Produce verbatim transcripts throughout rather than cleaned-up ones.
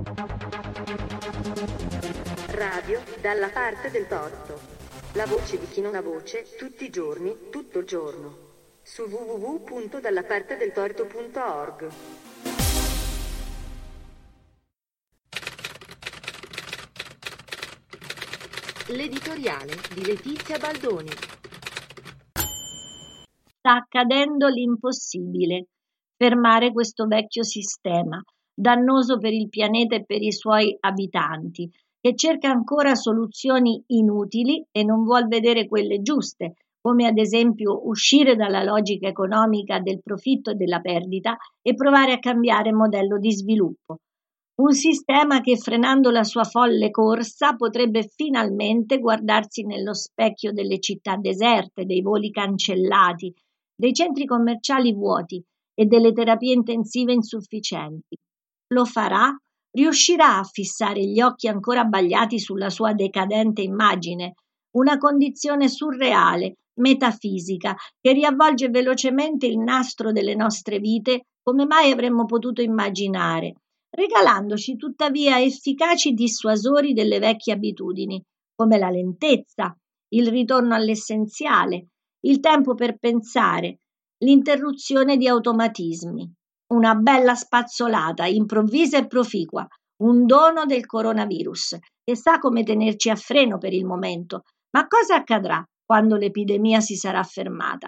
Radio dalla parte del torto. La voce di chi non ha voce, tutti i giorni, tutto il giorno. Su w w w punto dalla parte del torto punto org. L'editoriale di Letizia Baldoni. Sta accadendo l'impossibile: fermare questo vecchio sistema, dannoso per il pianeta e per i suoi abitanti, che cerca ancora soluzioni inutili e non vuol vedere quelle giuste, come ad esempio uscire dalla logica economica del profitto e della perdita e provare a cambiare modello di sviluppo. Un sistema che, frenando la sua folle corsa, potrebbe finalmente guardarsi nello specchio delle città deserte, dei voli cancellati, dei centri commerciali vuoti e delle terapie intensive insufficienti. Lo farà? Riuscirà a fissare gli occhi ancora abbagliati sulla sua decadente immagine, una condizione surreale, metafisica, che riavvolge velocemente il nastro delle nostre vite come mai avremmo potuto immaginare, regalandoci tuttavia efficaci dissuasori delle vecchie abitudini, come la lentezza, il ritorno all'essenziale, il tempo per pensare, l'interruzione di automatismi. Una bella spazzolata, improvvisa e proficua, un dono del coronavirus, che sa come tenerci a freno per il momento. Ma cosa accadrà quando l'epidemia si sarà fermata?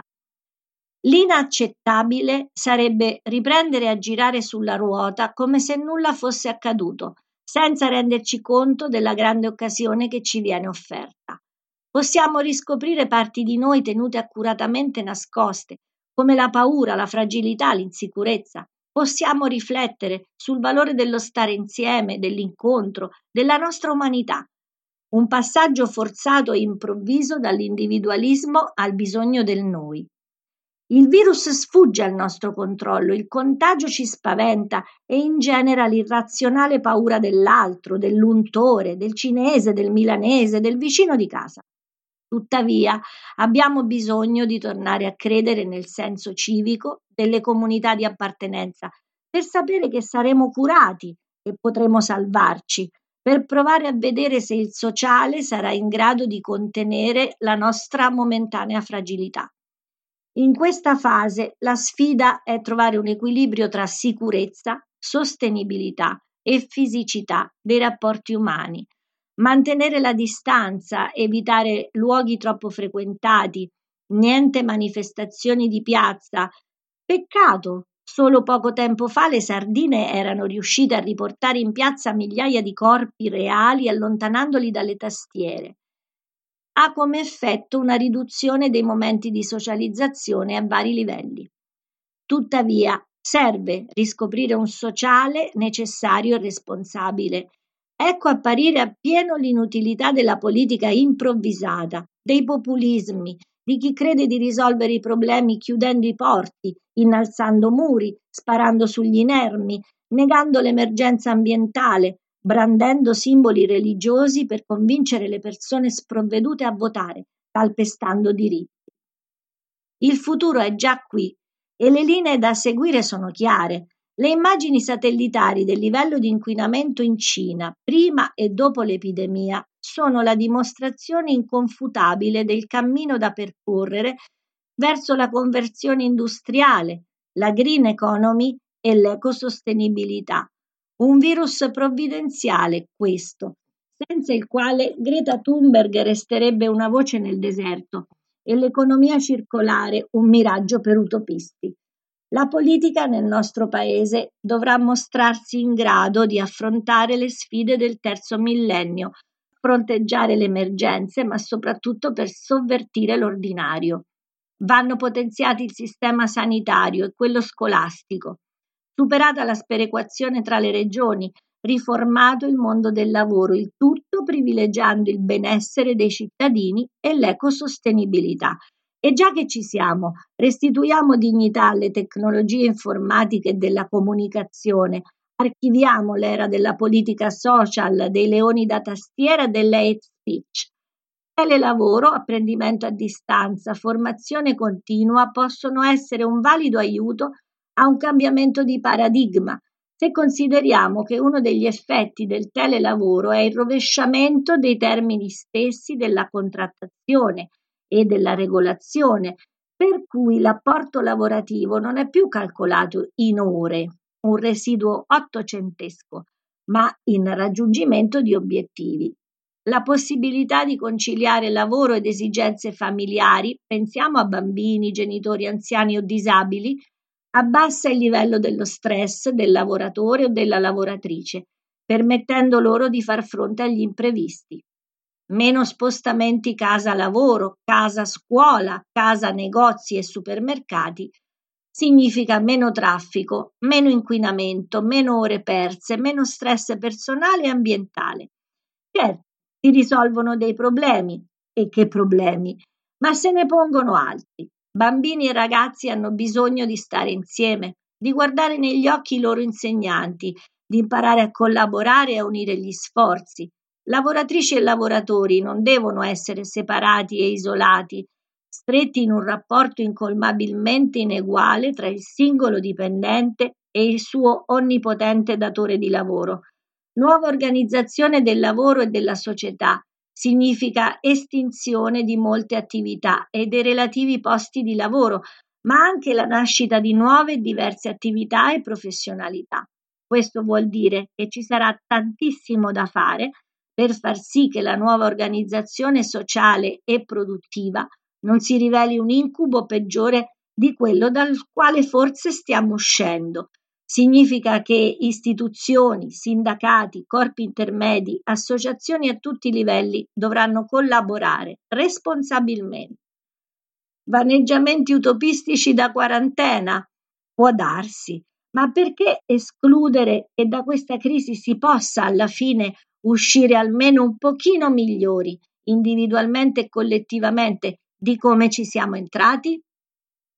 L'inaccettabile sarebbe riprendere a girare sulla ruota come se nulla fosse accaduto, senza renderci conto della grande occasione che ci viene offerta. Possiamo riscoprire parti di noi tenute accuratamente nascoste, come la paura, la fragilità, l'insicurezza. Possiamo riflettere sul valore dello stare insieme, dell'incontro, della nostra umanità. Un passaggio forzato e improvviso dall'individualismo al bisogno del noi. Il virus sfugge al nostro controllo, il contagio ci spaventa e ingenera l'irrazionale paura dell'altro, dell'untore, del cinese, del milanese, del vicino di casa. Tuttavia, abbiamo bisogno di tornare a credere nel senso civico delle comunità di appartenenza, per sapere che saremo curati e potremo salvarci, per provare a vedere se il sociale sarà in grado di contenere la nostra momentanea fragilità. In questa fase la sfida è trovare un equilibrio tra sicurezza, sostenibilità e fisicità dei rapporti umani. Mantenere la distanza, evitare luoghi troppo frequentati, niente manifestazioni di piazza. Peccato, solo poco tempo fa le sardine erano riuscite a riportare in piazza migliaia di corpi reali allontanandoli dalle tastiere. Ha come effetto una riduzione dei momenti di socializzazione a vari livelli. Tuttavia, serve riscoprire un sociale necessario e responsabile. Ecco apparire appieno l'inutilità della politica improvvisata, dei populismi, di chi crede di risolvere i problemi chiudendo i porti, innalzando muri, sparando sugli inermi, negando l'emergenza ambientale, brandendo simboli religiosi per convincere le persone sprovvedute a votare, calpestando diritti. Il futuro è già qui e le linee da seguire sono chiare. Le immagini satellitari del livello di inquinamento in Cina, prima e dopo l'epidemia, sono la dimostrazione inconfutabile del cammino da percorrere verso la conversione industriale, la green economy e l'ecosostenibilità. Un virus provvidenziale questo, senza il quale Greta Thunberg resterebbe una voce nel deserto e l'economia circolare un miraggio per utopisti. La politica nel nostro paese dovrà mostrarsi in grado di affrontare le sfide del terzo millennio, fronteggiare le emergenze, ma soprattutto per sovvertire l'ordinario. Vanno potenziati il sistema sanitario e quello scolastico, superata la sperequazione tra le regioni, riformato il mondo del lavoro, il tutto privilegiando il benessere dei cittadini e l'ecosostenibilità. E già che ci siamo, restituiamo dignità alle tecnologie informatiche e della comunicazione, archiviamo l'era della politica social, dei leoni da tastiera e dell'hate speech. Telelavoro, apprendimento a distanza, formazione continua possono essere un valido aiuto a un cambiamento di paradigma, se consideriamo che uno degli effetti del telelavoro è il rovesciamento dei termini stessi della contrattazione e della regolazione, per cui l'apporto lavorativo non è più calcolato in ore, un residuo ottocentesco, ma in raggiungimento di obiettivi. La possibilità di conciliare lavoro ed esigenze familiari, pensiamo a bambini, genitori anziani o disabili, abbassa il livello dello stress del lavoratore o della lavoratrice, permettendo loro di far fronte agli imprevisti. Meno spostamenti casa-lavoro, casa-scuola, casa-negozi e supermercati significa meno traffico, meno inquinamento, meno ore perse, meno stress personale e ambientale. Certo, si risolvono dei problemi, e che problemi, ma se ne pongono altri. Bambini e ragazzi hanno bisogno di stare insieme, di guardare negli occhi i loro insegnanti, di imparare a collaborare e a unire gli sforzi. Lavoratrici e lavoratori non devono essere separati e isolati, stretti in un rapporto incolmabilmente ineguale tra il singolo dipendente e il suo onnipotente datore di lavoro. Nuova organizzazione del lavoro e della società significa estinzione di molte attività e dei relativi posti di lavoro, ma anche la nascita di nuove e diverse attività e professionalità. Questo vuol dire che ci sarà tantissimo da fare per far sì che la nuova organizzazione sociale e produttiva non si riveli un incubo peggiore di quello dal quale forse stiamo uscendo. Significa che istituzioni, sindacati, corpi intermedi, associazioni a tutti i livelli dovranno collaborare responsabilmente. Vaneggiamenti utopistici da quarantena? Può darsi, ma perché escludere che da questa crisi si possa alla fine uscire almeno un pochino migliori, individualmente e collettivamente, di come ci siamo entrati?